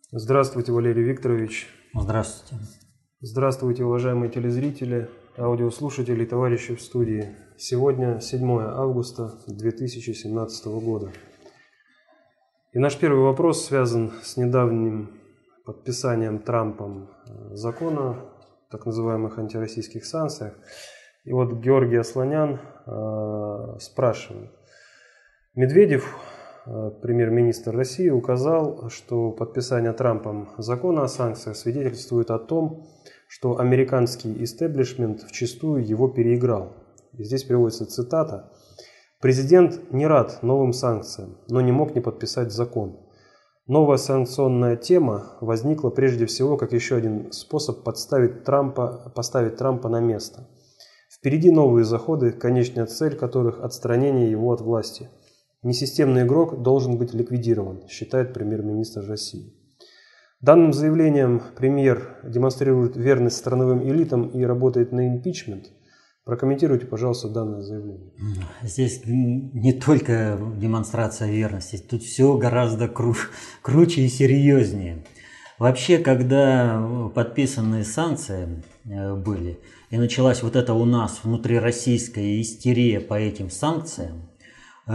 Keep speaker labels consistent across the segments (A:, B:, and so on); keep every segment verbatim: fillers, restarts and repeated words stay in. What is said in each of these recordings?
A: Здравствуйте, Валерий Викторович.
B: Здравствуйте.
A: Здравствуйте, уважаемые телезрители, аудиослушатели и товарищи в студии. Сегодня седьмое августа две тысячи семнадцатого года. И наш первый вопрос связан с недавним подписанием Трампом закона о так называемых антироссийских санкциях. И вот Георгий Асланян э, спрашивает. Медведев, премьер-министр России, указал, что подписание Трампом закона о санкциях свидетельствует о том, что американский истеблишмент вчистую его переиграл. И здесь приводится цитата. «Президент не рад новым санкциям, но не мог не подписать закон. Новая санкционная тема возникла прежде всего как еще один способ подставить Трампа, поставить Трампа на место. Впереди новые заходы, конечная цель которых – отстранение его от власти. Несистемный игрок должен быть ликвидирован», считает премьер-министр России. Данным заявлением премьер демонстрирует верность страновым элитам и работает на импичмент. Прокомментируйте, пожалуйста, данное заявление.
B: Здесь не только демонстрация верности, тут все гораздо кру- круче и серьезнее. Вообще, когда подписаны санкции были, и началась вот эта у нас внутрироссийская истерия по этим санкциям, у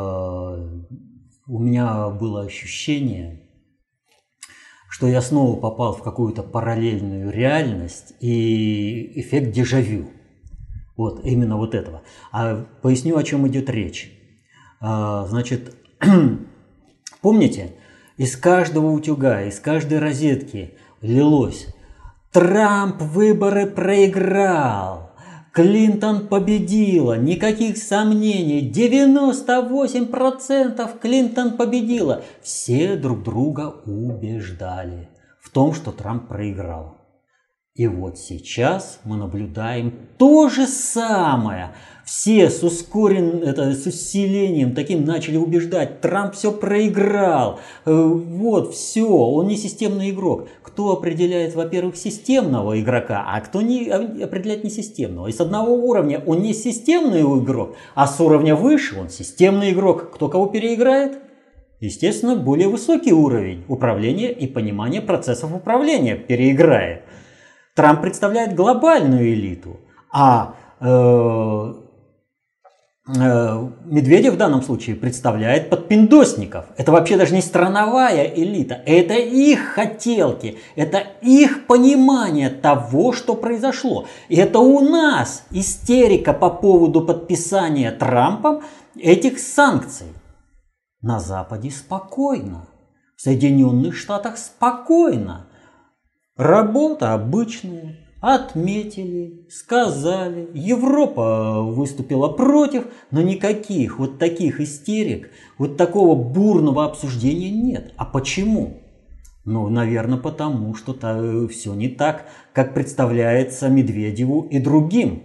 B: меня было ощущение, что я снова попал в какую-то параллельную реальность и эффект дежавю. Вот, именно вот этого. А поясню, о чем идет речь. А, значит, помните, из каждого утюга, из каждой розетки лилось: Трамп выборы проиграл, Клинтон победила, никаких сомнений, девяносто восемь процентов Клинтон победила. Все друг друга убеждали в том, что Трамп проиграл. И вот сейчас мы наблюдаем то же самое. Все с ускоренным, это, с усилением таким начали убеждать: Трамп все проиграл. Вот, все, он не системный игрок. Кто определяет, во-первых, системного игрока, а кто не определяет несистемного. И с одного уровня он не системный игрок, а с уровня выше он системный игрок. Кто кого переиграет? Естественно, более высокий уровень управления и понимания процессов управления переиграет. Трамп представляет глобальную элиту, а э, э, Медведев в данном случае представляет подпиндосников. Это вообще даже не страновая элита, это их хотелки, это их понимание того, что произошло. И это у нас истерика по поводу подписания Трампом этих санкций. На Западе спокойно, в Соединенных Штатах спокойно. Работа обычная, отметили, сказали, Европа выступила против, но никаких вот таких истерик, вот такого бурного обсуждения нет. А почему? Ну, наверное, потому что все не так, как представляется Медведеву и другим,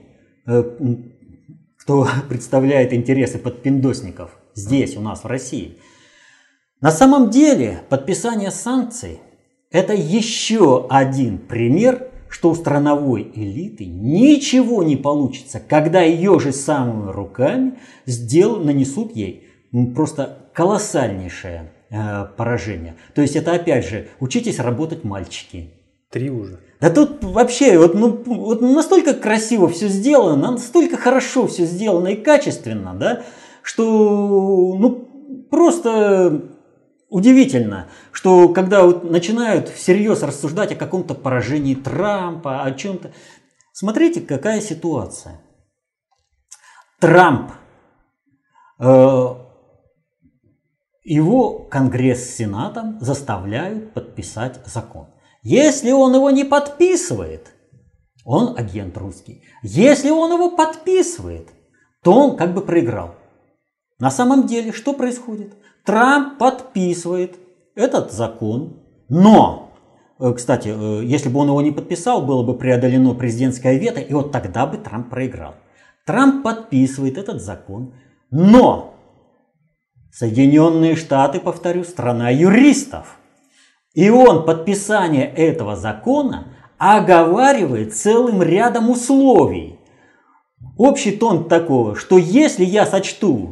B: кто представляет интересы подпиндосников здесь, у нас в России. На самом деле подписание санкций – это еще один пример, что у страновой элиты ничего не получится, когда ее же самыми руками сдел, нанесут ей просто колоссальнейшее э, поражение. То есть это опять же, учитесь работать, мальчики.
A: Три уже.
B: Да тут вообще вот, ну, вот настолько красиво все сделано, настолько хорошо все сделано и качественно, да, что ну, просто... Удивительно, что когда вот начинают всерьез рассуждать о каком-то поражении Трампа, о чем-то... Смотрите, какая ситуация. Трамп, э, его Конгресс с Сенатом заставляют подписать закон. Если он его не подписывает, он агент русский. Если он его подписывает, то он как бы проиграл. На самом деле, что происходит? Трамп подписывает этот закон, но, кстати, если бы он его не подписал, было бы преодолено президентское вето, и вот тогда бы Трамп проиграл. Трамп подписывает этот закон, но Соединенные Штаты, повторю, страна юристов. И он подписание этого закона оговаривает целым рядом условий. Общий тон такого, что если я сочту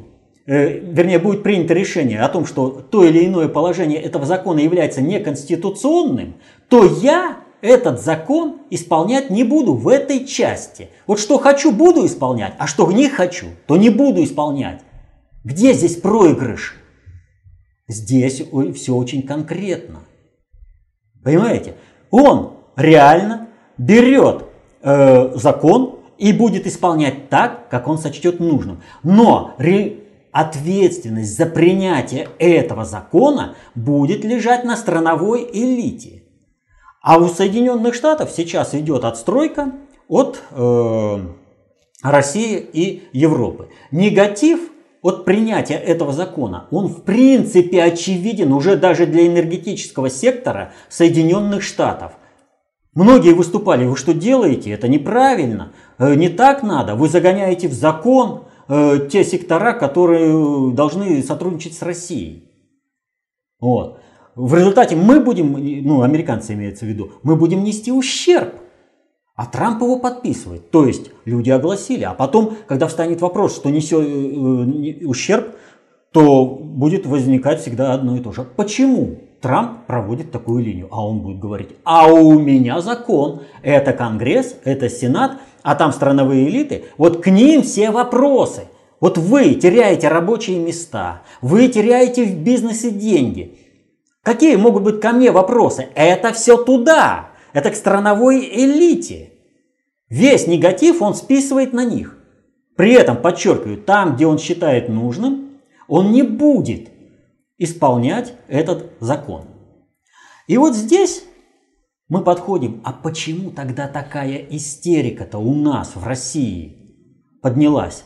B: э, вернее, будет принято решение о том, что то или иное положение этого закона является неконституционным, то я этот закон исполнять не буду в этой части. Вот что хочу, буду исполнять, а что не хочу, то не буду исполнять. Где здесь проигрыш? Здесь все очень конкретно. Понимаете? Он реально берет э, закон и будет исполнять так, как он сочтет нужным. Но ре... ответственность за принятие этого закона будет лежать на страновой элите. А у Соединенных Штатов сейчас идет отстройка от э, России и Европы. Негатив от принятия этого закона, он в принципе очевиден уже даже для энергетического сектора Соединенных Штатов. Многие выступали: вы что делаете, это неправильно, не так надо, вы загоняете в закон э, те сектора, которые должны сотрудничать с Россией. Вот. В результате мы будем, ну, американцы имеется в виду, мы будем нести ущерб. А Трамп его подписывает. То есть люди огласили. А потом, когда встанет вопрос, что несет э, ущерб, то будет возникать всегда одно и то же. Почему Трамп проводит такую линию? А он будет говорить: а у меня закон. Это Конгресс, это Сенат, а там страновые элиты. Вот к ним все вопросы. Вот вы теряете рабочие места, вы теряете в бизнесе деньги. Какие могут быть ко мне вопросы? Это все туда. Это к страновой элите. Весь негатив он списывает на них. При этом, подчеркиваю, там, где он считает нужным, он не будет исполнять этот закон. И вот здесь мы подходим: а почему тогда такая истерика-то у нас в России поднялась?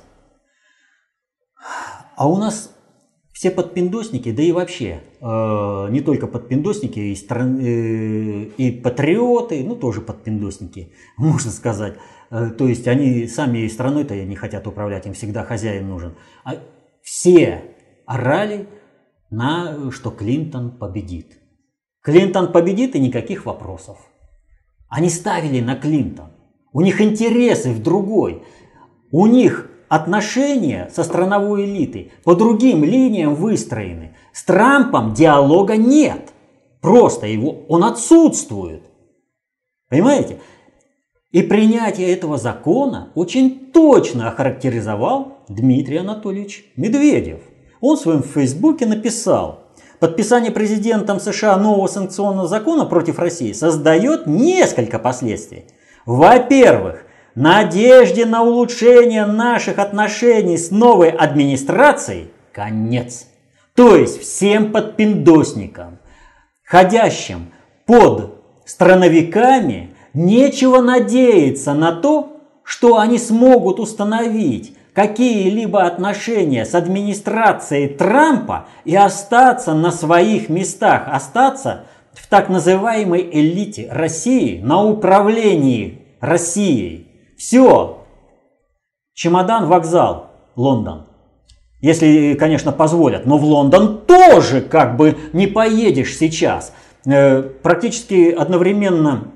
B: А у нас все подпиндосники, да и вообще, э, не только подпиндосники, и, стран, э, и патриоты, ну тоже подпиндосники, можно сказать. Э, то есть они сами страной-то не хотят управлять, им всегда хозяин нужен. А все орали, на, что Клинтон победит. Клинтон победит и никаких вопросов. Они ставили на Клинтон. У них интересы в другой. У них отношения со страновой элитой по другим линиям выстроены. С Трампом диалога нет. Просто его, он отсутствует. Понимаете? И принятие этого закона очень точно охарактеризовал Дмитрий Анатольевич Медведев. Он в своем фейсбуке написал: подписание президентом США нового санкционного закона против России создает несколько последствий. Во-первых, надежде на улучшение наших отношений с новой администрацией конец. То есть всем подпиндосникам, ходящим под страновиками, нечего надеяться на то, что они смогут установить какие-либо отношения с администрацией Трампа и остаться на своих местах, остаться в так называемой элите России, на управлении Россией. Все. Чемодан, вокзал, Лондон. Если, конечно, позволят. Но в Лондон тоже как бы не поедешь сейчас. Э, практически одновременно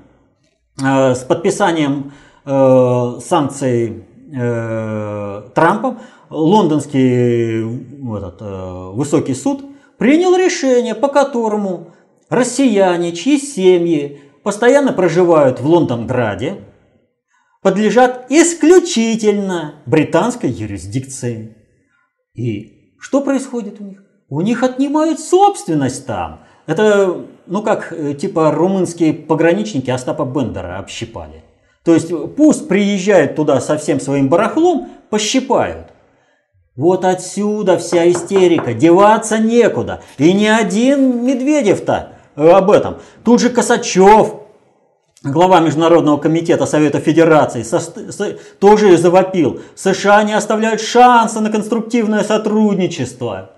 B: э, с подписанием э, санкций э, Трампом лондонский этот, э, высокий суд принял решение, по которому россияне, чьи семьи постоянно проживают в Лондонграде, подлежат исключительно британской юрисдикции. И что происходит у них? У них отнимают собственность там. Это, ну как, типа румынские пограничники Остапа Бендера общипали. То есть пусть приезжают туда со всем своим барахлом, пощипают. Вот отсюда вся истерика, деваться некуда. И не один Медведев-то об этом. Тут же Косачев, глава Международного комитета Совета Федерации, со, со, тоже завопил: США не оставляют шанса на конструктивное сотрудничество.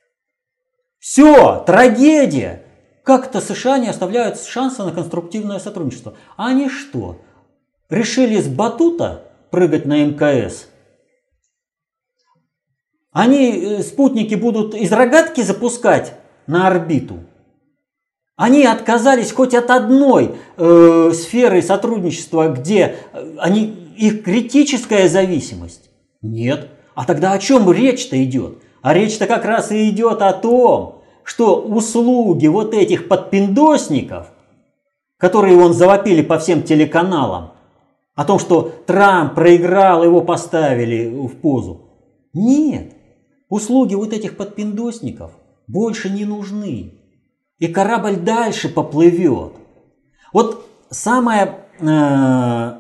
B: Все, трагедия. Как-то США не оставляют шанса на конструктивное сотрудничество. А они что, решили с батута прыгать на эм ка эс? Они спутники будут из рогатки запускать на орбиту? Они отказались хоть от одной э, сферы сотрудничества, где они, их критическая зависимость? Нет. А тогда о чем речь-то идет? А речь-то как раз и идет о том, что услуги вот этих подпиндосников, которые вон завопили по всем телеканалам, о том, что Трамп проиграл, его поставили в позу. Нет, услуги вот этих подпиндосников больше не нужны. И корабль дальше поплывет. Вот самая э,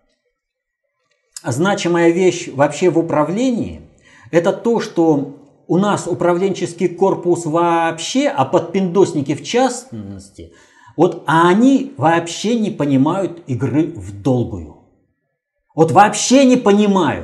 B: значимая вещь вообще в управлении – это то, что у нас управленческий корпус вообще, а подпиндосники в частности, вот, а они вообще не понимают игры в долгую. Вот вообще не понимают.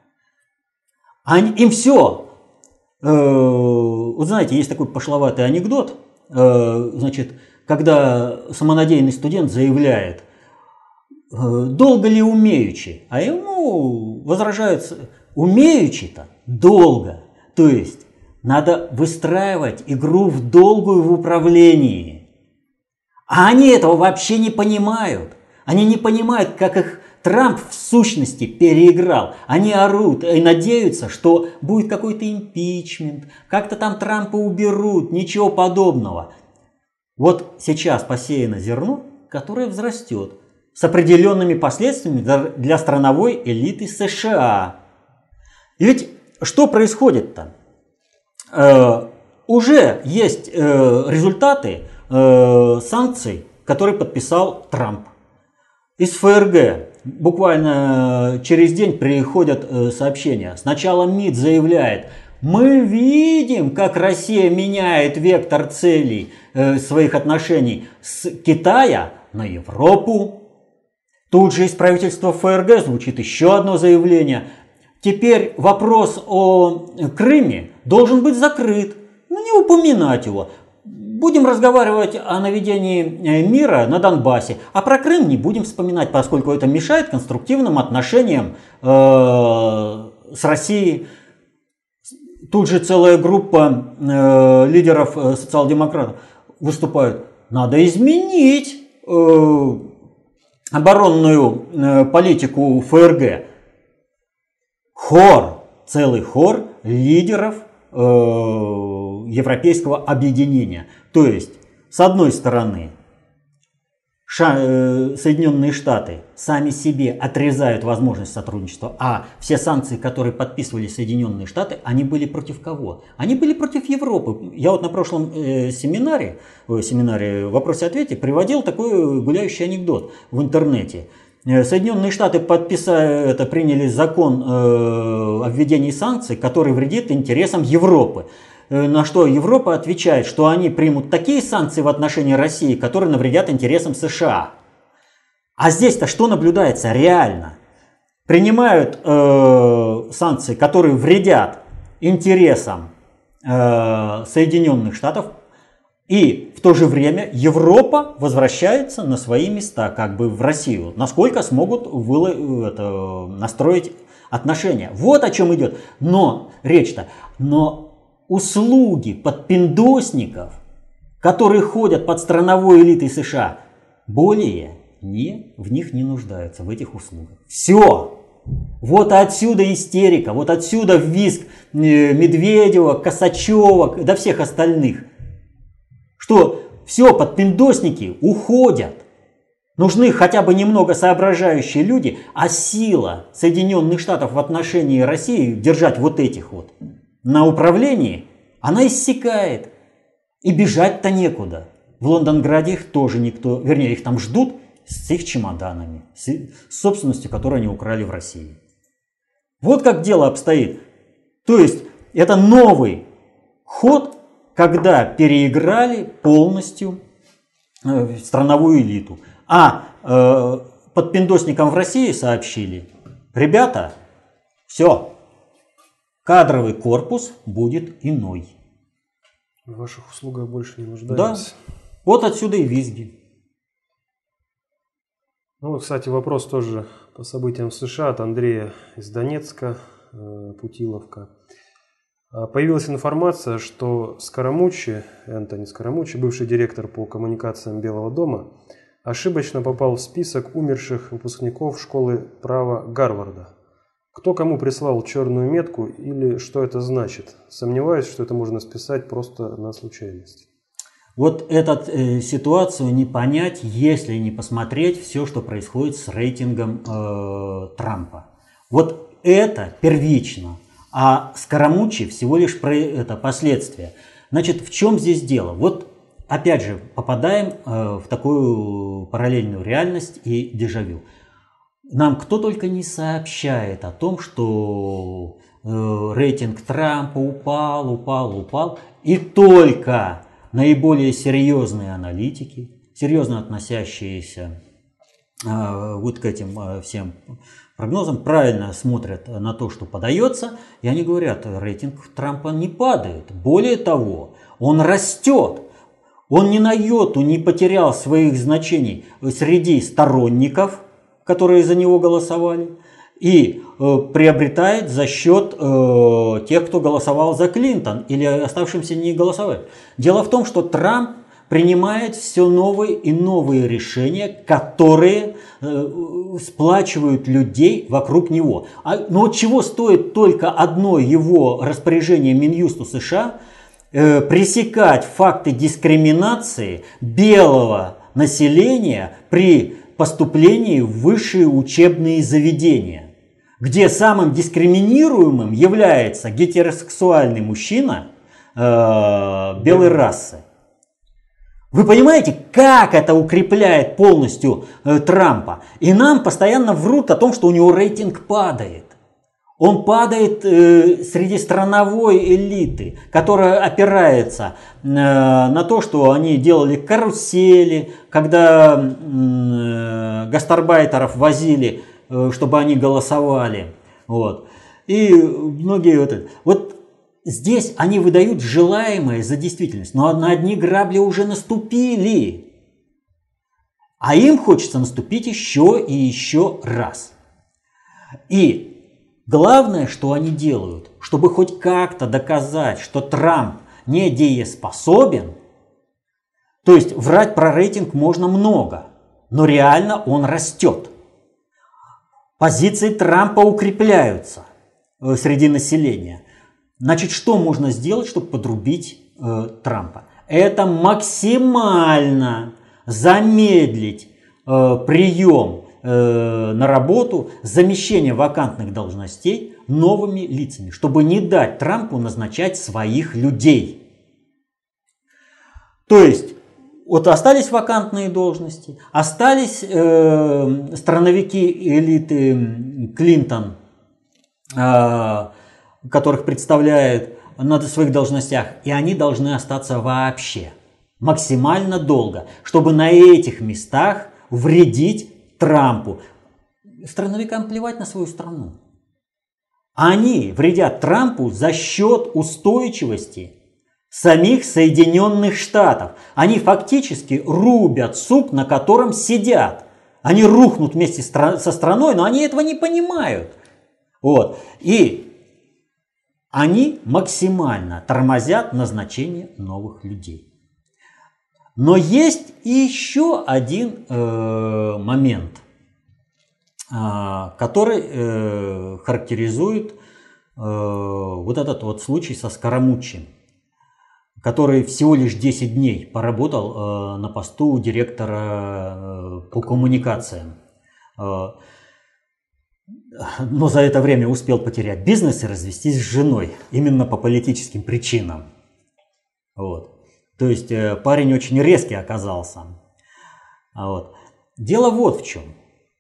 B: Они, им все. Э, вот знаете, есть такой пошловатый анекдот. Э, значит, когда самонадеянный студент заявляет, э, долго ли умеючи? А ему возражают, умеючи-то долго. То есть надо выстраивать игру в долгую в управлении. А они этого вообще не понимают. Они не понимают, как их Трамп в сущности переиграл. Они орут и надеются, что будет какой-то импичмент, как-то там Трампа уберут, ничего подобного. Вот сейчас посеяно зерно, которое взрастет с определенными последствиями для страновой элиты США. И ведь что происходит-то? Э, уже есть э, результаты э, санкций, которые подписал Трамп. Из ФРГ буквально через день приходят э, сообщения. Сначала МИД заявляет, мы видим, как Россия меняет вектор целей э, своих отношений с Китая на Европу. Тут же из правительства ФРГ звучит еще одно заявление. Теперь вопрос о Крыме должен быть закрыт. Ну, не упоминать его. Будем разговаривать о наведении мира на Донбассе, а про Крым не будем вспоминать, поскольку это мешает конструктивным отношениям э, с Россией. Тут же целая группа э, лидеров э, социал-демократов выступают. Надо изменить э, оборонную э, политику ФРГ. Хор, целый хор лидеров э, европейского объединения. То есть, с одной стороны, Ша, э, Соединенные Штаты сами себе отрезают возможность сотрудничества, а все санкции, которые подписывали Соединенные Штаты, они были против кого? Они были против Европы. Я вот на прошлом э, семинаре, э, семинаре «Вопросе-ответе» приводил такой гуляющий анекдот в интернете. Соединенные Штаты подписали, это, приняли закон э, о введении санкций, который вредит интересам Европы. Э, на что Европа отвечает, что они примут такие санкции в отношении России, которые навредят интересам США. А здесь-то что наблюдается реально? Принимают э, санкции, которые вредят интересам э, Соединенных Штатов, и в то же время Европа возвращается на свои места, как бы в Россию, насколько смогут выло- это, настроить отношения. Вот о чем идет. Но речь-то, но услуги подпиндосников, которые ходят под страновой элитой США, более не, в них не нуждаются, в этих услугах. Все. Вот отсюда истерика, вот отсюда визг Медведева, Косачева, да всех остальных. Что все, подпиндосники уходят. Нужны хотя бы немного соображающие люди, а сила Соединенных Штатов в отношении России держать вот этих вот на управлении, она иссякает. И бежать-то некуда. В Лондонграде их тоже никто, вернее, их там ждут с их чемоданами, с собственностью, которую они украли в России. Вот как дело обстоит. То есть это новый ход, когда переиграли полностью э, страновую элиту. А э, подпиндосникам в России сообщили, ребята, все, кадровый корпус будет иной.
A: В ваших услугах больше не нуждаемся.
B: Да, вот отсюда и визги.
A: Ну вот, кстати, вопрос тоже по событиям в США от Андрея из Донецка, э, Путиловка. Появилась информация, что Скоромуччи, Энтони Скоромуччи, бывший директор по коммуникациям Белого дома, ошибочно попал в список умерших выпускников школы права Гарварда. Кто кому прислал черную метку или что это значит? Сомневаюсь, что это можно списать просто на случайность.
B: Вот эту э, ситуацию не понять, если не посмотреть все, что происходит с рейтингом э, Трампа. Вот это первично, а Скоромучи всего лишь про это последствия. Значит, в чем здесь дело? Вот опять же попадаем э, в такую параллельную реальность и дежавю. Нам кто только не сообщает о том, что э, рейтинг Трампа упал, упал, упал, и только наиболее серьезные аналитики, серьезно относящиеся э, вот к этим э, всем прогнозам, правильно смотрят на то, что подается, и они говорят, рейтинг Трампа не падает. Более того, он растет. Он ни на йоту не потерял своих значений среди сторонников, которые за него голосовали, и э, приобретает за счет э, тех, кто голосовал за Клинтон или оставшимся не голосовать. Дело в том, что Трамп принимает все новые и новые решения, которые э, сплачивают людей вокруг него. А, но чего стоит только одно его распоряжение Минюсту США э, пресекать факты дискриминации белого населения при поступлении в высшие учебные заведения, где самым дискриминируемым является гетеросексуальный мужчина э, белой расы. Вы понимаете, как это укрепляет полностью э, Трампа? И нам постоянно врут о том, что у него рейтинг падает. Он падает э, среди страновой элиты, которая опирается э, на то, что они делали карусели, когда э, гастарбайтеров возили, э, чтобы они голосовали. Вот. И многие вот это. Вот здесь они выдают желаемое за действительность, но на одни грабли уже наступили. А им хочется наступить еще и еще раз. И главное, что они делают, чтобы хоть как-то доказать, что Трамп недееспособен, то есть врать про рейтинг можно много, но реально он растет. Позиции Трампа укрепляются среди населения. Значит, что можно сделать, чтобы подрубить э, Трампа? Это максимально замедлить э, прием на работу, замещение вакантных должностей новыми лицами, чтобы не дать Трампу назначать своих людей. То есть, вот остались вакантные должности, остались э, страновики элиты Клинтон, э, которых представляют на своих должностях, и они должны остаться вообще максимально долго, чтобы на этих местах вредить Трампу. Страновикам плевать на свою страну. Они вредят Трампу за счет устойчивости самих Соединенных Штатов. Они фактически рубят сук, на котором сидят. Они рухнут вместе со страной, но они этого не понимают. Вот. И они максимально тормозят назначение новых людей. Но есть еще один э, момент, э, который э, характеризует э, вот этот вот случай со Скоромучи, который всего лишь десять дней поработал э, на посту директора э, по коммуникациям. Э, но за это время успел потерять бизнес и развестись с женой, именно по политическим причинам. Вот. То есть э, парень очень резкий оказался. Вот. Дело вот в чем.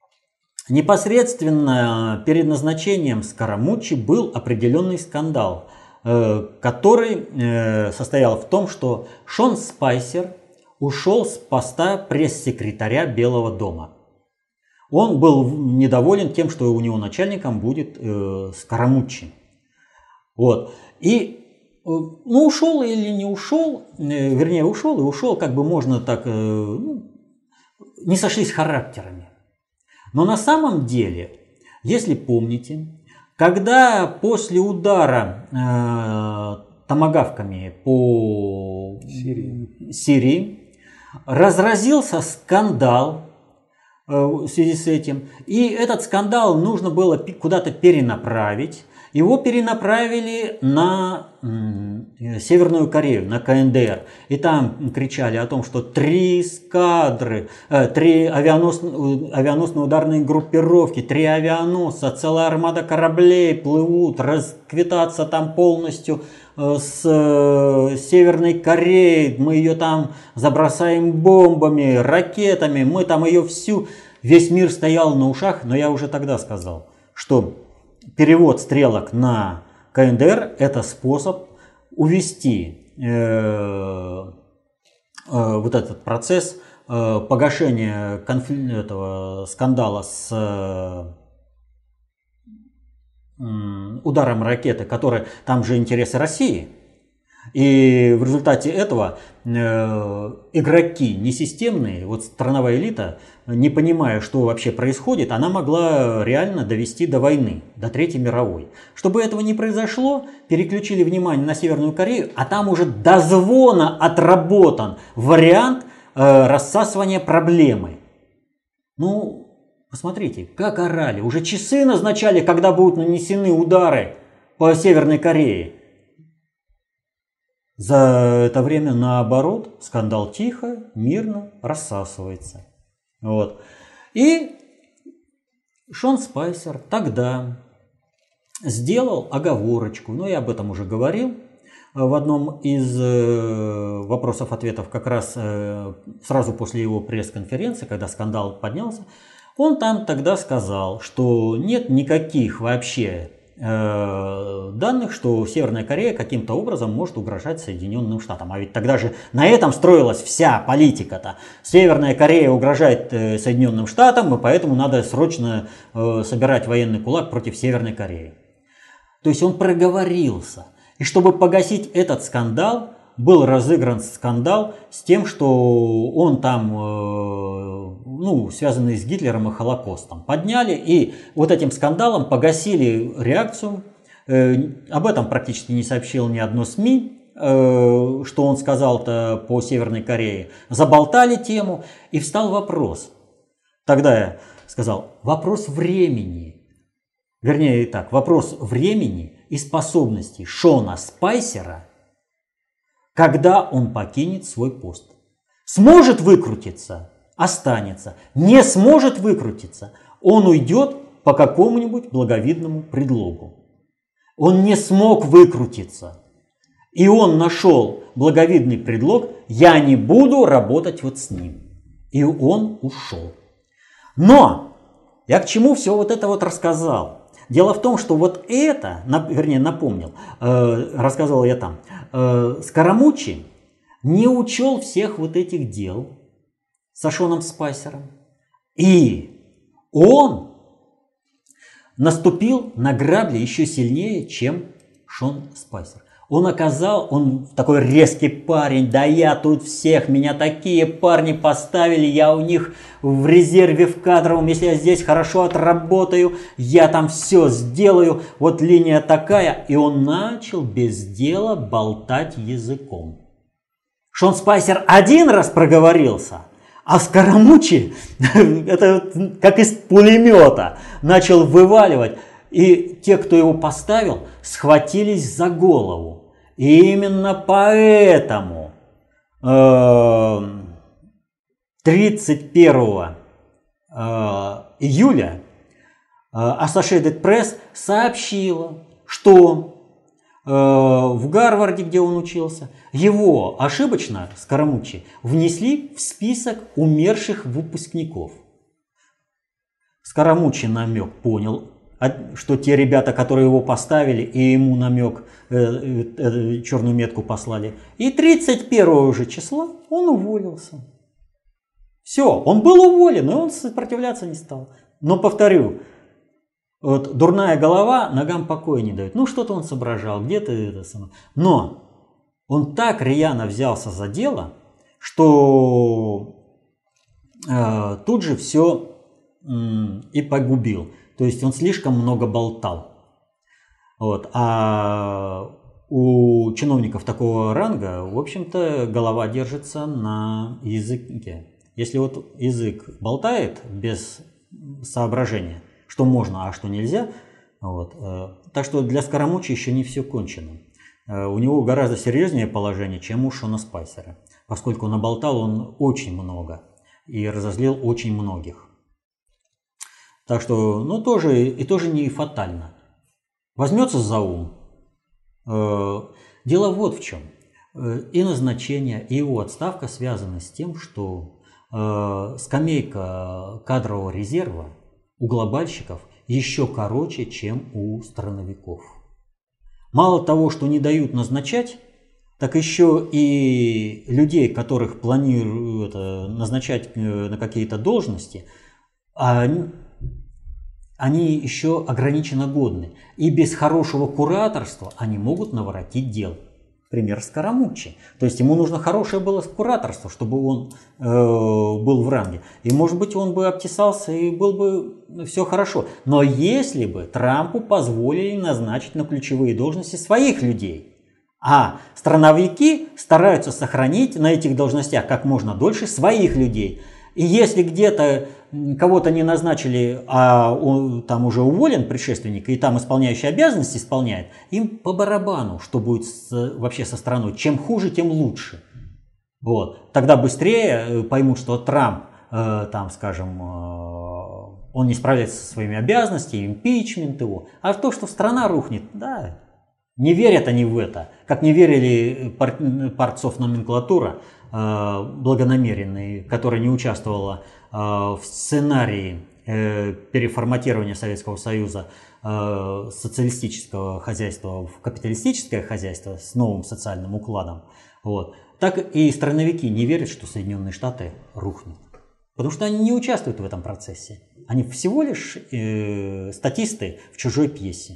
B: Непосредственно перед назначением Скоромучи был определенный скандал, э, который э, состоял в том, что Шон Спайсер ушел с поста пресс-секретаря Белого дома. Он был недоволен тем, что у него начальником будет э, Скоромучи. Вот. И ну, ушел или не ушел, вернее, ушел и ушел, как бы можно так, ну, не сошлись характерами. Но на самом деле, если помните, когда после удара э, томагавками по
A: Сирии.
B: Сирии разразился скандал в связи с этим. И этот скандал нужно было куда-то перенаправить. Его перенаправили на Северную Корею, на ка эн дэ эр. И там кричали о том, что три эскадры, э, три авианосные, авианосные ударные группировки, три авианосца, целая армада кораблей плывут, расквитаться там полностью с э, Северной Кореей. Мы ее там забросаем бомбами, ракетами, мы там ее всю... Весь мир стоял на ушах, но я уже тогда сказал, что перевод стрелок на ка эн дэ эр – это способ увести э, э, вот этот процесс э, погашения конфли... этого скандала с э, ударом ракеты, который там же интересы России. И в результате этого э, игроки несистемные, вот страновая элита, не понимая, что вообще происходит, она могла реально довести до войны, до Третьей мировой. Чтобы этого не произошло, переключили внимание на Северную Корею, а там уже до звона отработан вариант э, рассасывания проблемы. Ну, посмотрите, как орали. Уже часы назначали, когда будут нанесены удары по Северной Корее. За это время, наоборот, скандал тихо, мирно рассасывается. Вот. И Шон Спайсер тогда сделал оговорочку, но я об этом уже говорил в одном из вопросов-ответов, как раз сразу после его пресс-конференции, когда скандал поднялся. Он там тогда сказал, что нет никаких вообще данных, что Северная Корея каким-то образом может угрожать Соединенным Штатам. А ведь тогда же на этом строилась вся политика-то. Северная Корея угрожает Соединенным Штатам, и поэтому надо срочно собирать военный кулак против Северной Кореи. То есть он проговорился. И чтобы погасить этот скандал, был разыгран скандал с тем, что он там, ну, связанный с Гитлером и Холокостом, подняли и вот этим скандалом погасили реакцию. Об этом практически не сообщил ни одно СМИ, что он сказал-то по Северной Корее. Заболтали тему, и встал вопрос. Тогда я сказал, вопрос времени. Вернее так, вопрос времени и способностей Шона Спайсера, когда он покинет свой пост. Сможет выкрутиться – останется. Не сможет выкрутиться – он уйдет по какому-нибудь благовидному предлогу. Он не смог выкрутиться. И он нашел благовидный предлог – я не буду работать вот с ним. И он ушел. Но я к чему все вот это вот рассказал? Дело в том, что вот это, вернее напомнил, э, рассказывал я там, э, Скоромучи не учел всех вот этих дел со Шоном Спайсером. И он наступил на грабли еще сильнее, чем Шон Спайсер. Он оказал, он такой резкий парень, да я тут всех, меня такие парни поставили, я у них в резерве в кадровом, если я здесь хорошо отработаю, я там все сделаю, вот линия такая. И он начал без дела болтать языком. Шон Спайсер один раз проговорился, а Скоромучи, это как из пулемета, начал вываливать. И те, кто его поставил, схватились за голову. И именно поэтому тридцать первого июля Associated Press сообщила, что в Гарварде, где он учился, его ошибочно, Скоромучи, внесли в список умерших выпускников. Скоромучи намек понял, что те ребята, которые его поставили, и ему намек, э, э, черную метку послали. И тридцать первого же числа он уволился. Все, он был уволен, и он сопротивляться не стал. Но повторю, вот, дурная голова ногам покоя не дает. Ну, что-то он соображал, где-то это самое. Но он так рьяно взялся за дело, что э, тут же все э, и погубил. То есть он слишком много болтал. Вот. А у чиновников такого ранга, в общем-то, голова держится на языке. Если вот язык болтает без соображения, что можно, а что нельзя, вот, так что для Скоромучи еще не все кончено. У него гораздо серьезнее положение, чем у Шона Спайсера, поскольку наболтал он очень много и разозлил очень многих. Так что, ну, тоже, и тоже не фатально. Возьмется за ум. Дело вот в чем. И назначение, и его отставка связаны с тем, что скамейка кадрового резерва у глобальщиков еще короче, чем у страновиков. Мало того, что не дают назначать, так еще и людей, которых планируют назначать на какие-то должности, они, они еще ограниченно годны. И без хорошего кураторства они могут наворотить дел. Пример Скоромучи. То есть ему нужно хорошее было кураторство, чтобы он э, был в ранге. И может быть он бы обтесался и был бы все хорошо. Но если бы Трампу позволили назначить на ключевые должности своих людей, а страновики стараются сохранить на этих должностях как можно дольше своих людей. И если где-то кого-то не назначили, а он там уже уволен, предшественник, и там исполняющий обязанности исполняет, им по барабану, что будет с, вообще со страной. Чем хуже, тем лучше. Вот. Тогда быстрее поймут, что Трамп, э, там, скажем, э, он не справляется со своими обязанностями, импичмент его. А то, что страна рухнет, да, не верят они в это. Как не верили пар, партсов номенклатура, э, благонамеренные, которая не участвовала в сценарии переформатирования Советского Союза социалистического хозяйства в капиталистическое хозяйство с новым социальным укладом, вот, так и страновики не верят, что Соединенные Штаты рухнут. Потому что они не участвуют в этом процессе. Они всего лишь э, статисты в чужой пьесе.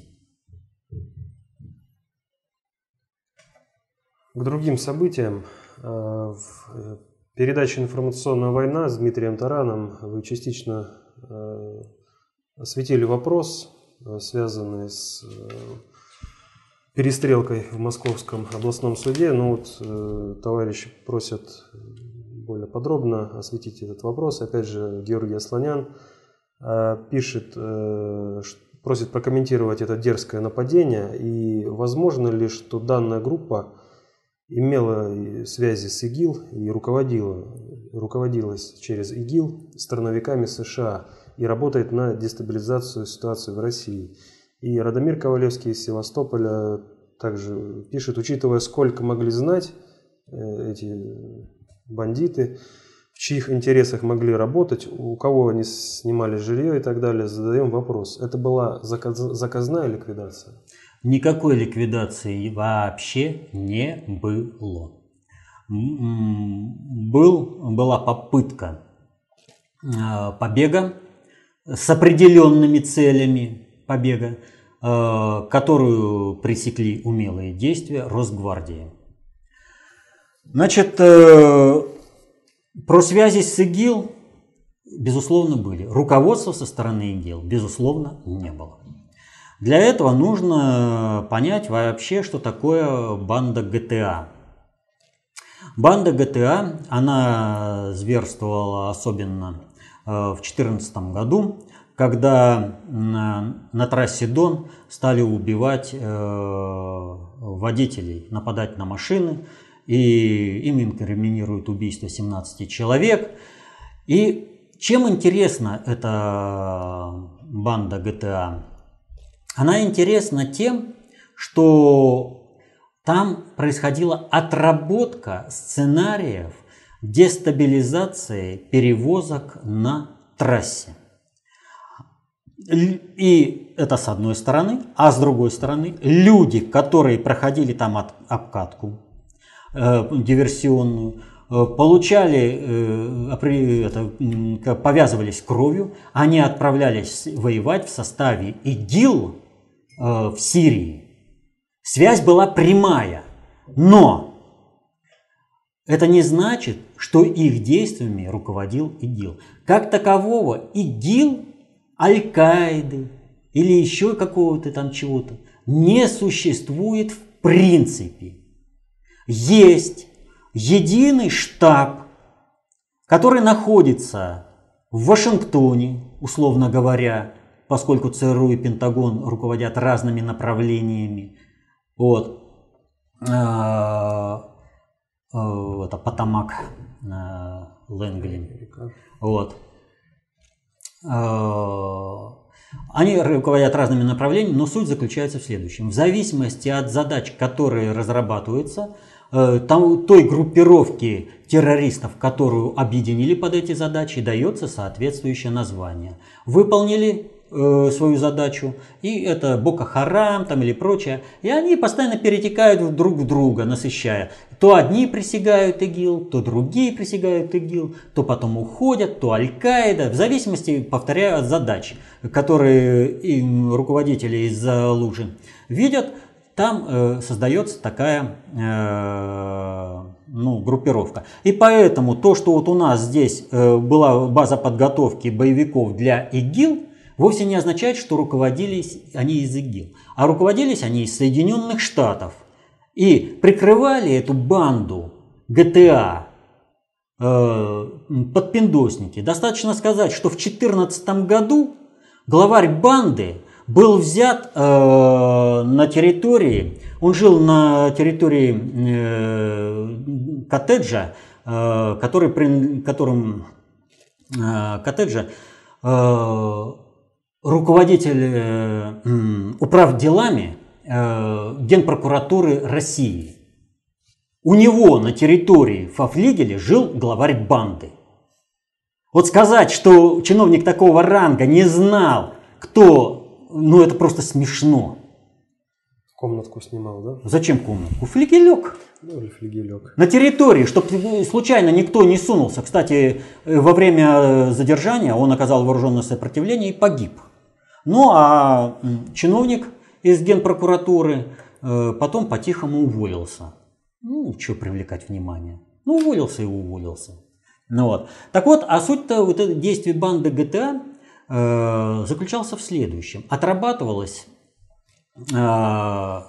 A: К другим событиям. В передаче «Информационная война» с Дмитрием Тараном вы частично э, осветили вопрос, э, связанный с э, перестрелкой в Московском областном суде. Но вот э, товарищи просят более подробно осветить этот вопрос. Опять же, Георгий Асланян э, пишет, э, просит прокомментировать это дерзкое нападение. И возможно ли, что данная группа имела связи с ИГИЛ и руководила, руководилась через ИГИЛ страновиками США и работает на дестабилизацию ситуации в России. И Радомир Ковалевский из Севастополя также пишет, учитывая, сколько могли знать эти бандиты, в чьих интересах могли работать, у кого они снимали жилье и так далее, задаем вопрос. Это была заказ, заказная ликвидация?
B: Никакой ликвидации вообще не было. Был, была попытка побега с определенными целями побега, которую пресекли умелые действия Росгвардии. Значит, про связи с ИГИЛ, безусловно, были. Руководства со стороны ИГИЛ, безусловно, не было. Для этого нужно понять вообще, что такое банда ГТА. Банда ГТА, она зверствовала особенно в две тысячи четырнадцатом году, когда на, на трассе Дон стали убивать э, водителей, нападать на машины, и им инкриминируют убийство семнадцати человек. И чем интересна эта банда ГТА? Она интересна тем, что там происходила отработка сценариев дестабилизации перевозок на трассе. И это с одной стороны, а с другой стороны люди, которые проходили там от, обкатку э, диверсионную, э, получали, э, это, повязывались кровью, они отправлялись воевать в составе ИГИЛ в Сирии. Связь была прямая, но это не значит, что их действиями руководил ИГИЛ. Как такового ИГИЛ, Аль-Каиды или еще какого-то там чего-то не существует в принципе. Есть единый штаб который находится в Вашингтоне, условно говоря, поскольку ЦРУ и Пентагон руководят разными направлениями. Вот. Это Потомак Лэнгли. Вот. Они руководят разными направлениями, но суть заключается в следующем. В зависимости от задач, которые разрабатываются, там, той группировки террористов, которую объединили под эти задачи, дается соответствующее название. Выполнили э, свою задачу, и это Боко Харам там, или прочее, и они постоянно перетекают друг в друга, насыщая. То одни присягают ИГИЛ, то другие присягают ИГИЛ, то потом уходят, то Аль-Каида, в зависимости, повторяю, от задач, которые им руководители из-за лужи видят. Там э, создается такая э, ну, группировка. И поэтому то, что вот у нас здесь э, была база подготовки боевиков для ИГИЛ, вовсе не означает, что руководились они из ИГИЛ. А руководились они из Соединенных Штатов. И прикрывали эту банду ГТА э, подпиндосники. Достаточно сказать, что в две тысячи четырнадцатом году главарь банды был взят э, на территории, он жил на территории э, коттеджа, э, который, при, которым э, коттеджа э, руководитель э, управделами э, Генпрокуратуры России. У него на территории Фафлигеля жил главарь банды. Вот сказать, что чиновник такого ранга не знал, кто... Ну, это просто смешно.
A: Комнатку снимал, да?
B: Зачем комнатку? Флигелек.
A: Ну, или флигелек.
B: На территории, чтобы случайно никто не сунулся. Кстати, во время задержания он оказал вооруженное сопротивление и погиб. Ну, а чиновник из Генпрокуратуры потом по-тихому уволился. Ну, что привлекать внимание? Ну, уволился и уволился. Ну, вот. Так вот, а суть-то вот это действие банды ГТА заключался в следующем. Отрабатывалось, э,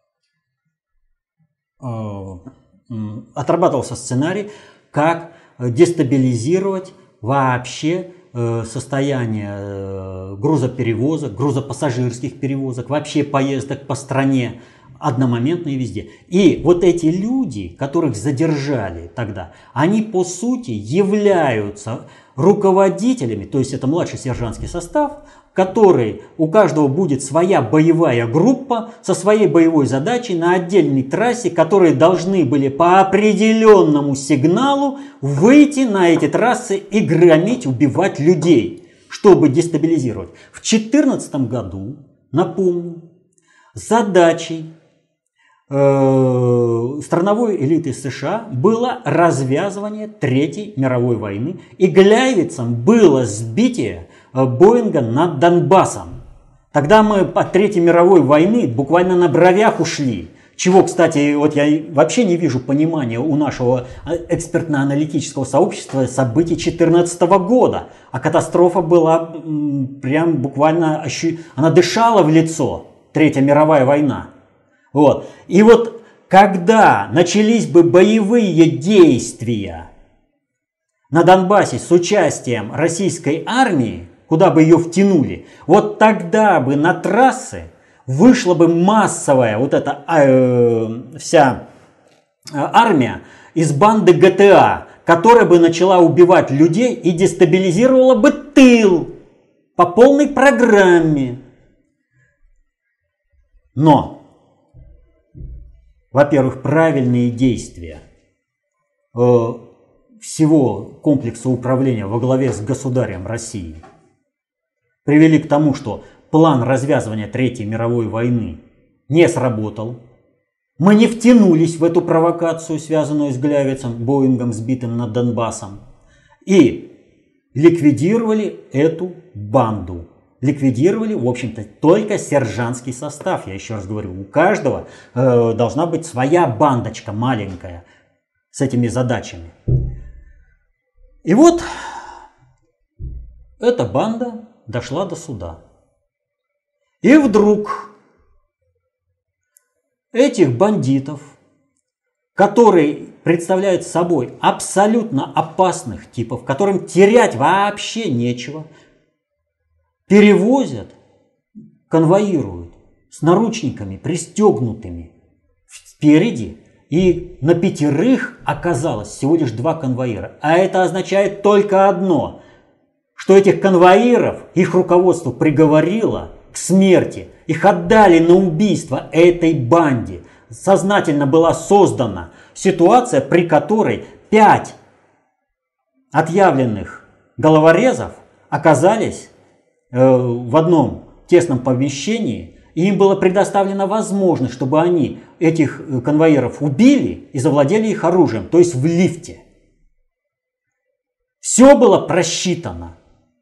B: э, отрабатывался сценарий, как дестабилизировать вообще э, состояние э, грузоперевозок, грузопассажирских перевозок, вообще поездок по стране одномоментно и везде. И вот эти люди, которых задержали тогда, они по сути являются руководителями, то есть это младший сержантский состав, который у каждого будет своя боевая группа со своей боевой задачей на отдельной трассе, которые должны были по определенному сигналу выйти на эти трассы и громить, убивать людей, чтобы дестабилизировать. В две тысячи четырнадцатом году, напомню, задачей страновой элиты США было развязывание Третьей мировой войны, и Гляйвицем было сбитие Боинга над Донбассом. Тогда мы от Третьей мировой войны буквально на бровях ушли. Чего, кстати, вот я вообще не вижу понимания у нашего экспертно-аналитического сообщества событий две тысячи четырнадцатого года. А катастрофа была прям буквально, она дышала в лицо, Третья мировая война. Вот. И вот когда начались бы боевые действия на Донбассе с участием российской армии, куда бы ее втянули, вот тогда бы на трассы вышла бы массовая вот эта э, вся армия из банды ГТА, которая бы начала убивать людей и дестабилизировала бы тыл по полной программе. Но во-первых, правильные действия э, всего комплекса управления во главе с государем России привели к тому, что план развязывания Третьей мировой войны не сработал. Мы не втянулись в эту провокацию, связанную с Гляйвицем, Боингом, сбитым над Донбассом, и ликвидировали эту банду. Ликвидировали, в общем-то, только сержантский состав. Я еще раз говорю, у каждого э, должна быть своя бандочка маленькая с этими задачами. И вот эта банда дошла до суда. И вдруг этих бандитов который представляет собой абсолютно опасных типов, которым терять вообще нечего, перевозят, конвоируют с наручниками пристегнутыми спереди, и на пятерых оказалось всего лишь два конвоира. А это означает только одно, что этих конвоиров их руководство приговорило к смерти, их отдали на убийство этой банде. Сознательно была создана ситуация, при которой пять отъявленных головорезов оказались э, в одном тесном помещении, и им была предоставлена возможность, чтобы они этих конвоиров убили и завладели их оружием, то есть в лифте. Все было просчитано.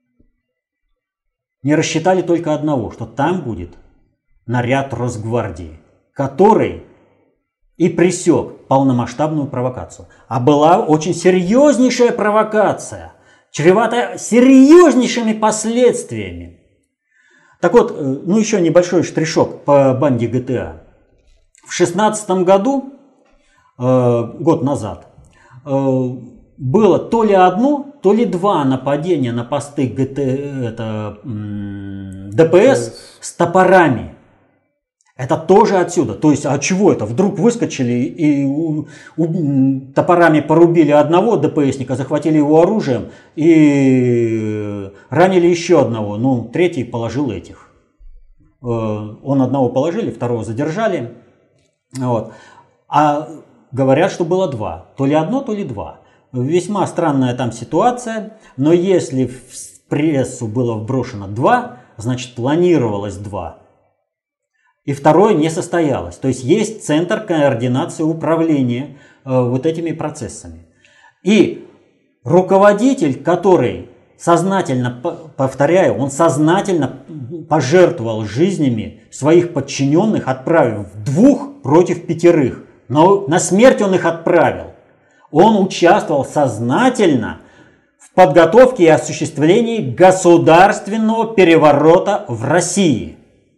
B: Не рассчитали только одного, что там будет наряд Росгвардии, который и пресек полномасштабную провокацию. А была очень серьезнейшая провокация, чреватая серьезнейшими последствиями. Так вот, ну еще небольшой штришок по банде гэ тэ а. В шестнадцатом году, э, год назад, э, было то ли одно, то ли два нападения на посты гэ тэ, это, м, дэ пэ эс с топорами. Это тоже отсюда. То есть, а чего это? Вдруг выскочили и у, у, топорами порубили одного дэ пэ эсника, захватили его оружием и ранили еще одного. Ну, третий положил этих. Он одного положили, второго задержали. Вот. А говорят, что было два. То ли одно, то ли два. Весьма странная там ситуация. Но если в прессу было вброшено два, значит планировалось два. И второе не состоялось. То есть есть центр координации управления э, вот этими процессами. И руководитель, который сознательно, повторяю, он сознательно пожертвовал жизнями своих подчиненных, отправив двух против пятерых. Но на смерть он их отправил. Он участвовал сознательно в подготовке и осуществлении государственного переворота в России.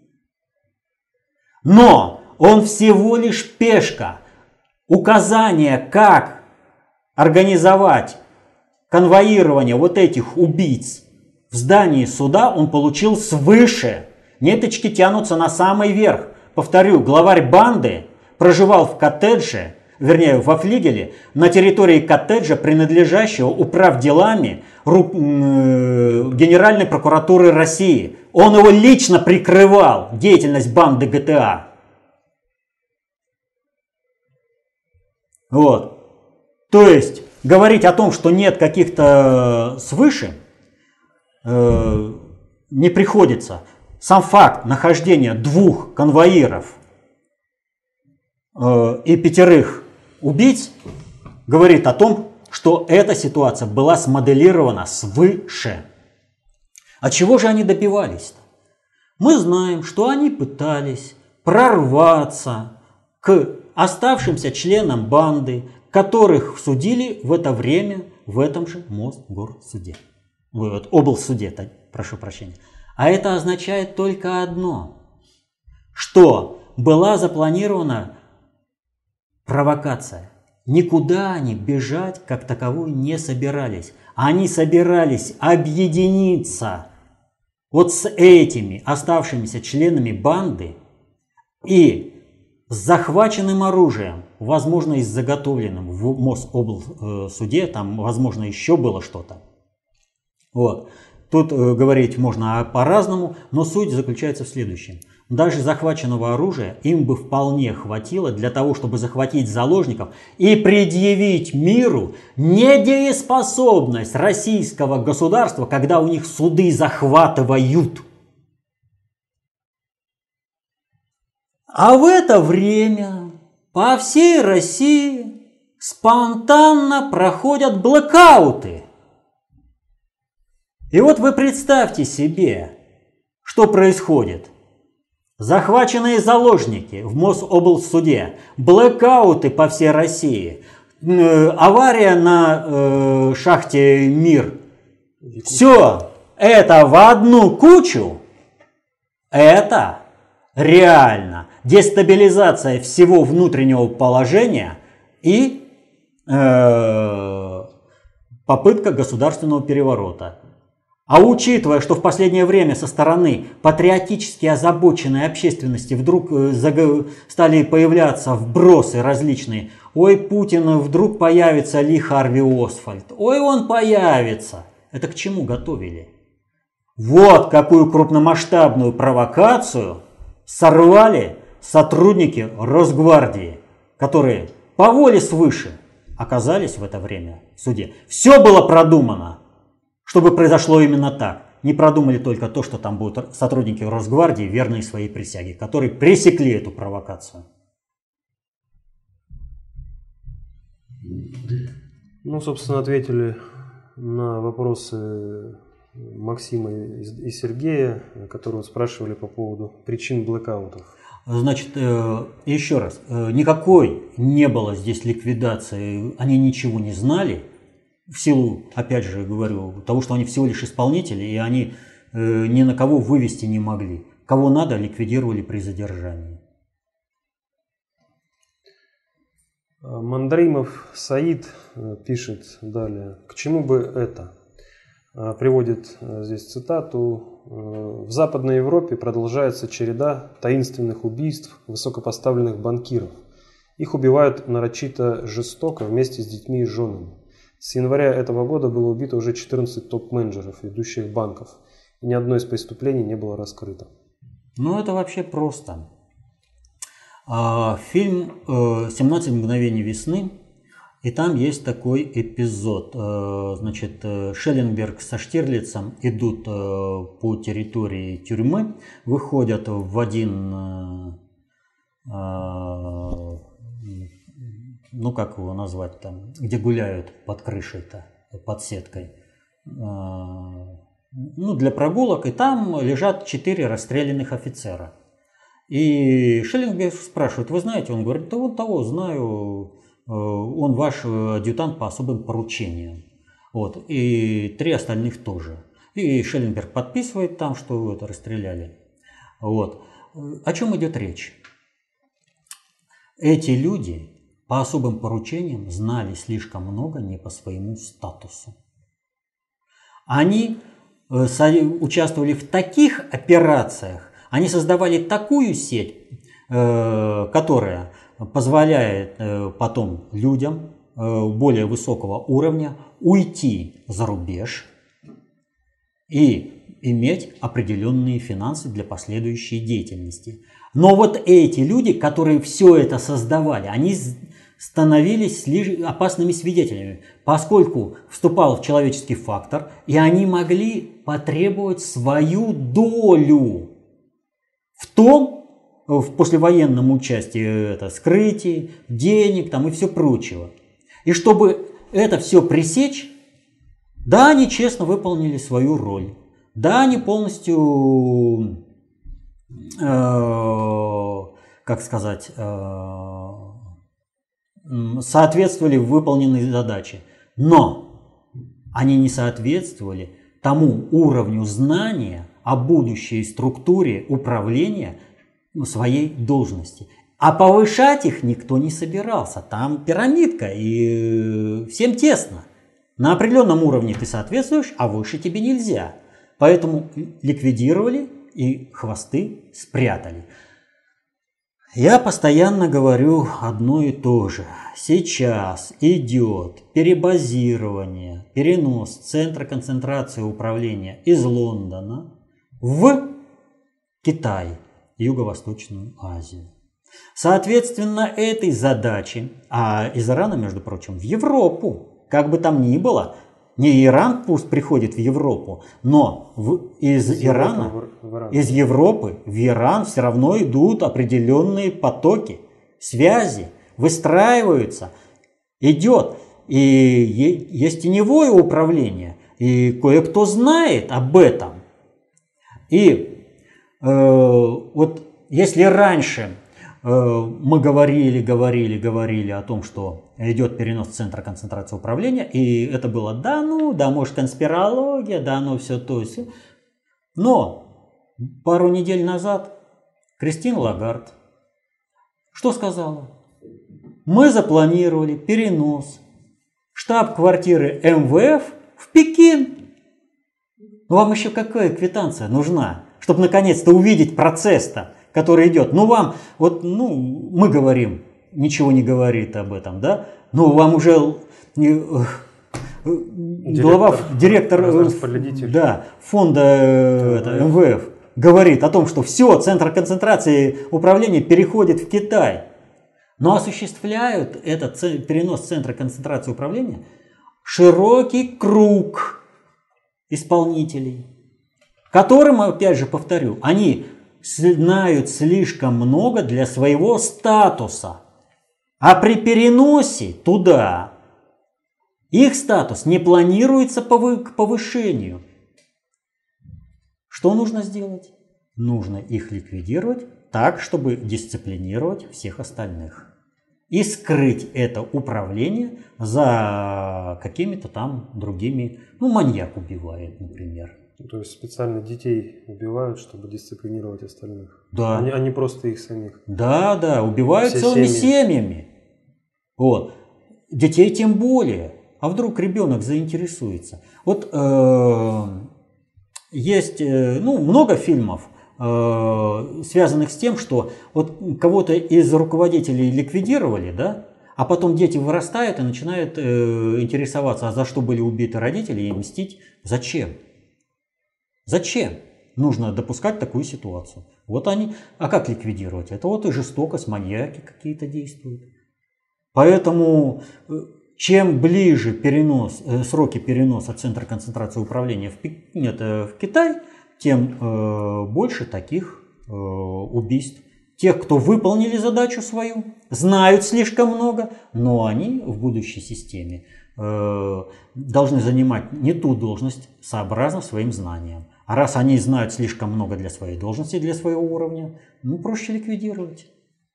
B: Но он всего лишь пешка. Указание, как организовать конвоирование вот этих убийц в здании суда, он получил свыше. Ниточки тянутся на самый верх. Повторю, главарь банды проживал в коттедже, вернее во флигеле, на территории коттеджа, принадлежащего управделами Генеральной прокуратуры России. Он его лично прикрывал, деятельность банды гэ тэ а. Вот. То есть говорить о том, что нет каких-то свыше, э, не приходится. Сам факт нахождения двух конвоиров э, и пятерых убийц говорит о том, что эта ситуация была смоделирована свыше. А чего же они добивались-то? Мы знаем, что они пытались прорваться к оставшимся членам банды, которых судили в это время в этом же Мосгорсуде. Вот, облсуде, прошу прощения. А это означает только одно, что была запланирована провокация. Никуда они бежать как таковую не собирались. Они собирались объединиться вот с этими оставшимися членами банды и с захваченным оружием, возможно, и с заготовленным в Мособлсуде, там, возможно, еще было что-то. Вот. Тут э, говорить можно по-разному, но суть заключается в следующем. Даже захваченного оружия им бы вполне хватило для того, чтобы захватить заложников и предъявить миру недееспособность российского государства, когда у них суды захватывают. А в это время по всей России спонтанно проходят блэкауты. И вот вы представьте себе, что происходит. Захваченные заложники в Мособлсуде, блэкауты по всей России, э, авария на э, шахте «Мир». Все это в одну кучу. Это реально дестабилизация всего внутреннего положения и э, попытка государственного переворота. А учитывая, что в последнее время со стороны патриотически озабоченной общественности вдруг стали появляться вбросы различные, ой, Путин вдруг появится Ли Харви Освальд, ой, он появится. Это к чему готовили? Вот какую крупномасштабную провокацию сорвали сотрудники Росгвардии, которые по воле свыше оказались в это время в суде. Все было продумано, чтобы произошло именно так. Не продумали только то, что там будут сотрудники Росгвардии, верные своей присяге, которые пресекли эту провокацию.
A: Ну, собственно, ответили на вопросы Максима и Сергея, которые спрашивали по поводу причин блэкаутов.
B: Значит, еще раз, никакой не было здесь ликвидации, они ничего не знали, в силу, опять же говорю, того, что они всего лишь исполнители, и они ни на кого вывести не могли. Кого надо, ликвидировали при задержании.
A: Мандримов Саид пишет далее. К чему бы это? Приводит здесь цитату. В Западной Европе продолжается череда таинственных убийств высокопоставленных банкиров. Их убивают нарочито жестоко вместе с детьми и женами. С января этого года было убито уже четырнадцать топ-менеджеров ведущих банков. И ни одно из преступлений не было раскрыто.
B: Ну это вообще просто. Фильм «семнадцать мгновений весны», и там есть такой эпизод. Значит, Шелленберг со Штирлицем идут по территории тюрьмы, выходят в один, ну как его назвать там, где гуляют под крышей-то, под сеткой, ну для прогулок, и там лежат четыре расстрелянных офицера. И Шелленберг спрашивает, вы знаете? Он говорит, да вот того знаю, он ваш адъютант по особым поручениям. Вот. И три остальных тоже. И Шелленберг подписывает там, что это расстреляли. Вот. О чем идет речь? Эти люди по особым поручениям знали слишком много не по своему статусу. Они участвовали в таких операциях, они создавали такую сеть, которая позволяет потом людям более высокого уровня уйти за рубеж и иметь определенные финансы для последующей деятельности. Но вот эти люди, которые все это создавали, они становились опасными свидетелями, поскольку вступал в человеческий фактор, и они могли потребовать свою долю в том, в послевоенном участии, это, скрытии, денег там, и все прочего. И чтобы это все пресечь, да, они честно выполнили свою роль. Да, они полностью, э, как сказать, э, соответствовали выполненной задаче. Но они не соответствовали тому уровню знания о будущей структуре управления своей должности. А повышать их никто не собирался. Там пирамидка, и всем тесно. На определенном уровне ты соответствуешь, а выше тебе нельзя. Поэтому ликвидировали и хвосты спрятали. Я постоянно говорю одно и то же. Сейчас идет перебазирование, перенос центра концентрации управления из Лондона в Китай, Юго-Восточную Азию. Соответственно, этой задачи, а из Ирана, между прочим, в Европу, как бы там ни было, не Иран пусть приходит в Европу, но в, из, из Ирана, в, в Иран. из Европы в Иран все равно идут определенные потоки, связи, выстраиваются, идет. И есть теневое управление, и кое-кто знает об этом. И э, вот если раньше э, мы говорили, говорили, говорили о том, что идет перенос центра концентрации управления, и это было, да, ну, да, может, конспирология, да, ну, все то, все. Но пару недель назад Кристин Лагард что сказала? мы запланировали перенос штаб-квартиры эм вэ эф в Пекин. Ну, вам еще какая квитанция нужна, чтобы наконец-то увидеть процесс-то, который идет? Ну, вам, вот, ну, мы говорим, ничего не говорит об этом, да? Ну, вам уже директор, глава, директор да, фонда это, эм вэ эф говорит о том, что все, центр концентрации управления переходит в Китай. Но осуществляют этот перенос центра концентрации управления широкий круг исполнителей, которым, опять же повторю, они знают слишком много для своего статуса. А при переносе туда их статус не планируется к повышению. Что нужно сделать? Нужно их ликвидировать так, чтобы дисциплинировать всех остальных. И скрыть это управление за какими-то там другими, ну, маньяк убивает, например.
A: То есть специально детей убивают, чтобы дисциплинировать остальных.
B: Да.
A: А не просто их самих.
B: Да, да, убивают все целыми семьи. семьями. Вот. Детей тем более. А вдруг ребенок заинтересуется? Вот э, есть э, ну, много фильмов, э, связанных с тем, что вот кого-то из руководителей ликвидировали, да, а потом дети вырастают и начинают э, интересоваться, а за что были убиты родители, и мстить. Зачем? Зачем нужно допускать такую ситуацию? Вот они, а как ликвидировать? Это вот и жестокость, маньяки какие-то действуют. Поэтому чем ближе перенос, сроки переноса центра концентрации управления в, нет, в Китай, тем э, больше таких э, убийств. Тех, кто выполнили задачу свою, знают слишком много, но они в будущей системе э, должны занимать не ту должность сообразно своим знаниям. А раз они знают слишком много для своей должности, для своего уровня, ну проще ликвидировать.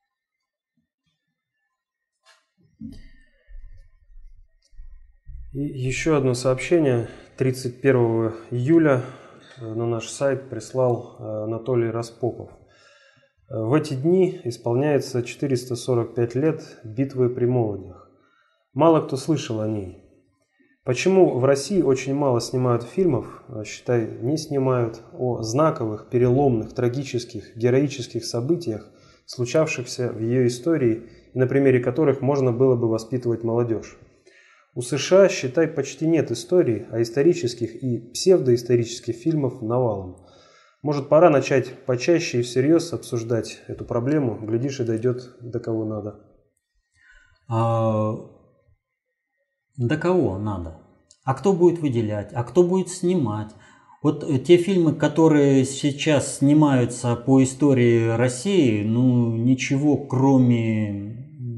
A: И еще одно сообщение. тридцать первого июля на наш сайт прислал Анатолий Распопов. В эти дни исполняется четыреста сорок пять лет битвы при Молодях. Мало кто слышал о ней. Почему в России очень мало снимают фильмов, считай, не снимают, о знаковых, переломных, трагических, героических событиях, случавшихся в ее истории и на примере которых можно было бы воспитывать молодежь? У США, считай, почти нет историй, а исторических и псевдоисторических фильмов навалом. Может, пора начать почаще и всерьез обсуждать эту проблему, глядишь, и дойдет до кого надо.
B: А, до кого надо? А кто будет выделять? А кто будет снимать? Вот те фильмы, которые сейчас снимаются по истории России, ну, ничего кроме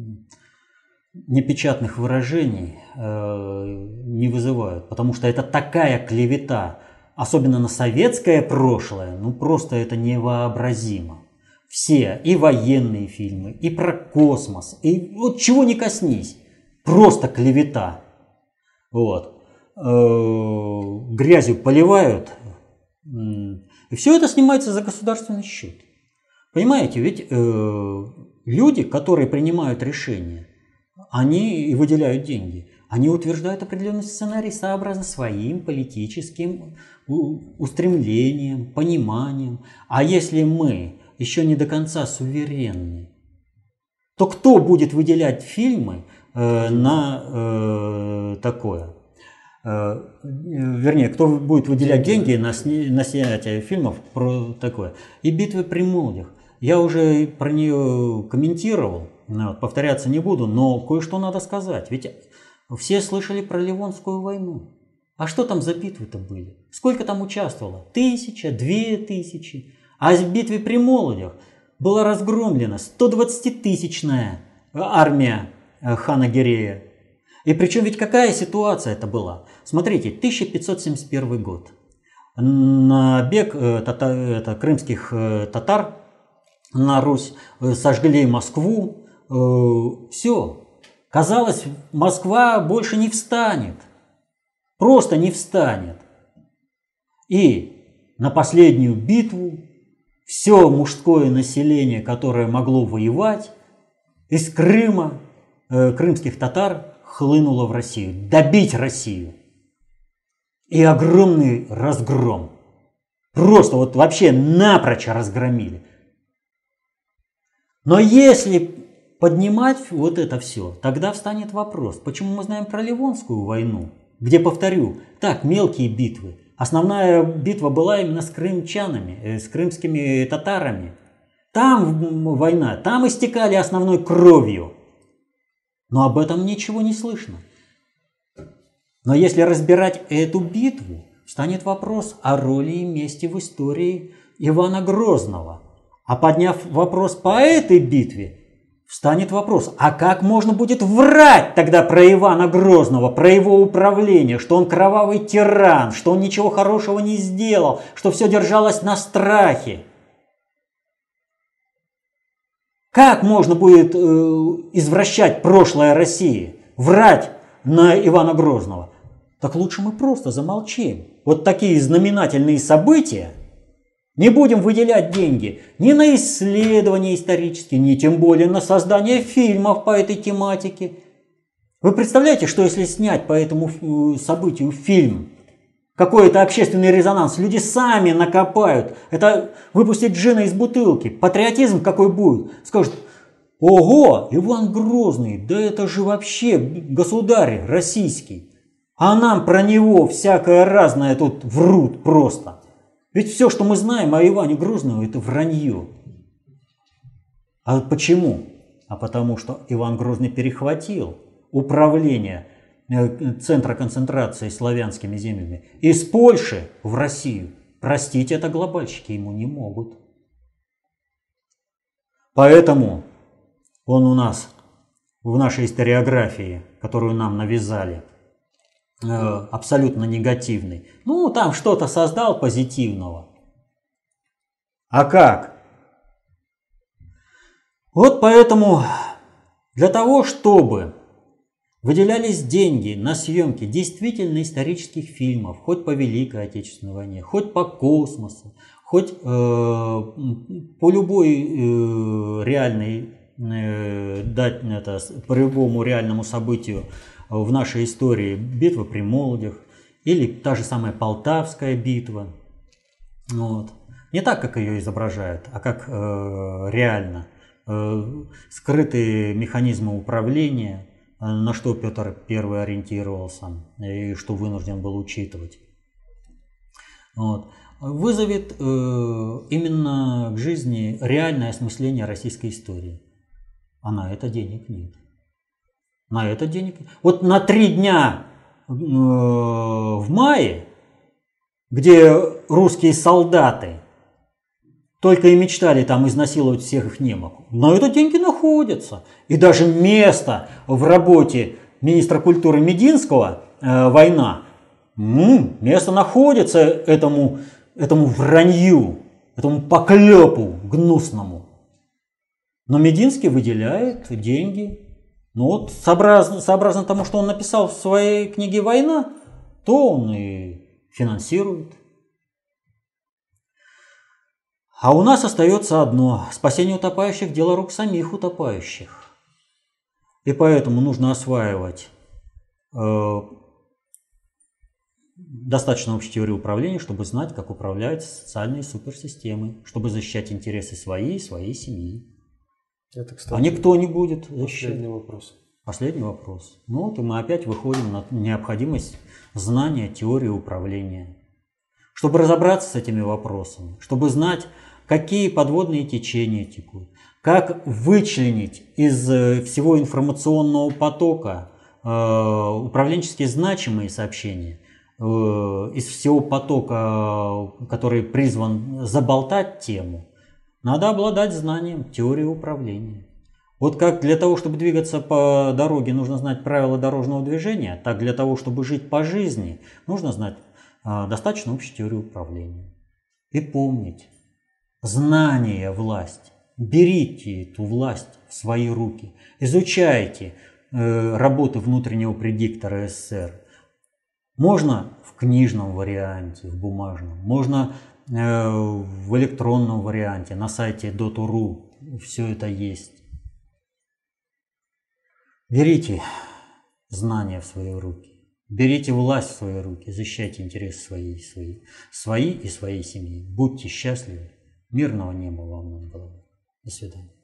B: непечатных выражений э, не вызывают, потому что это такая клевета, особенно на советское прошлое, ну просто это невообразимо. Все, и военные фильмы, и про космос, и вот чего не коснись, просто клевета. Вот. Э, грязью поливают, и все это снимается за государственный счет. Понимаете, ведь э, люди, которые принимают решения, они и выделяют деньги. Они утверждают определенный сценарий сообразно своим политическим устремлениям, пониманиям. А если мы еще не до конца суверенны, то кто будет выделять фильмы э, на э, такое? Э, вернее, кто будет выделять деньги на, сни, на снятие фильмов про такое? И «Битвы при Молодях». Я уже про нее комментировал. Ну, повторяться не буду, но кое-что надо сказать. Ведь все слышали про Ливонскую войну. А что там за битвы-то были? Сколько там участвовало? Тысяча, две тысячи. А в битве при Молодях была разгромлена стодвадцатитысячная армия хана Гирея. И причем ведь какая ситуация это была? Смотрите, тысяча пятьсот семьдесят первый год. Набег тата, это, крымских татар на Русь, сожгли Москву. Все. Казалось, Москва больше не встанет. Просто не встанет. И на последнюю битву все мужское население, которое могло воевать, из Крыма э, крымских татар хлынуло в Россию. Добить Россию. И огромный разгром. Просто вот вообще напрочь разгромили. Но если поднимать вот это все, тогда встанет вопрос, почему мы знаем про Ливонскую войну, где, повторю, так, мелкие битвы. Основная битва была именно с крымчанами, э, с крымскими татарами. Там война, там истекали основной кровью. Но об этом ничего не слышно. Но если разбирать эту битву, встанет вопрос о роли и месте в истории Ивана Грозного. А подняв вопрос по этой битве, встанет вопрос, а как можно будет врать тогда про Ивана Грозного, про его управление, что он кровавый тиран, что он ничего хорошего не сделал, что все держалось на страхе? Как можно будет э, извращать прошлое России, врать на Ивана Грозного? Так лучше мы просто замолчим. Вот такие знаменательные события, не будем выделять деньги ни на исследования исторические, ни тем более на создание фильмов по этой тематике. Вы представляете, что если снять по этому событию фильм, какой-то общественный резонанс, люди сами накопают. Это выпустить джина из бутылки. Патриотизм какой будет? Скажут, ого, Иван Грозный, да это же вообще государь российский. А нам про него всякое разное тут врут просто. Ведь все, что мы знаем о Иване Грозном, это вранье. А почему? А потому что Иван Грозный перехватил управление центра концентрации славянскими землями из Польши в Россию. Простить это глобальщики ему не могут. Поэтому он у нас в нашей историографии, которую нам навязали, абсолютно негативный. Ну, там что-то создал позитивного. А как? Вот поэтому для того, чтобы выделялись деньги на съемки действительно исторических фильмов, хоть по Великой Отечественной войне, хоть по космосу, хоть э, по любой э, реальной, э, дать это, по любому реальному событию в нашей истории, битва при Молодях или та же самая Полтавская битва. Вот. Не так, как ее изображают, а как э, реально. Э, скрытые механизмы управления, на что Петр Первый ориентировался и что вынужден был учитывать. Вот. Вызовет э, именно к жизни реальное осмысление российской истории. А на это денег нет. На это денег нет. Вот на три дня э, в мае, где русские солдаты только и мечтали там изнасиловать всех их немок, на это деньги находятся. И даже место в работе министра культуры Мединского э, «Война», ну, место находится этому, этому вранью, этому поклепу гнусному. Но Мединский выделяет деньги. Ну вот, сообразно, сообразно тому, что он написал в своей книге «Война», то он и финансирует. А у нас остается одно – спасение утопающих – дело рук самих утопающих. И поэтому нужно осваивать э, достаточно общей теории управления, чтобы знать, как управляются социальные суперсистемы, чтобы защищать интересы своей и своей семьи.
A: Это, кстати,
B: а никто не будет защищать.
A: Последний вопрос.
B: Последний вопрос. Ну вот и мы опять выходим на необходимость знания теории управления. Чтобы разобраться с этими вопросами, чтобы знать, какие подводные течения текут, как вычленить из всего информационного потока э, управленчески значимые сообщения, э, из всего потока, который призван заболтать тему, надо обладать знанием теории управления. Вот как для того, чтобы двигаться по дороге, нужно знать правила дорожного движения, так для того, чтобы жить по жизни, нужно знать э, достаточно общую теорию управления. И помнить, знание – власть. Берите эту власть в свои руки. Изучайте э, работы внутреннего предиктора СССР. Можно в книжном варианте, в бумажном. Можно э, в электронном варианте, на сайте дот точка ру. Все это есть. Берите знания в свои руки. Берите власть в свои руки, защищайте интересы свои, свои, свои и своей семьи. Будьте счастливы. Мирного неба вам над головой. До свидания.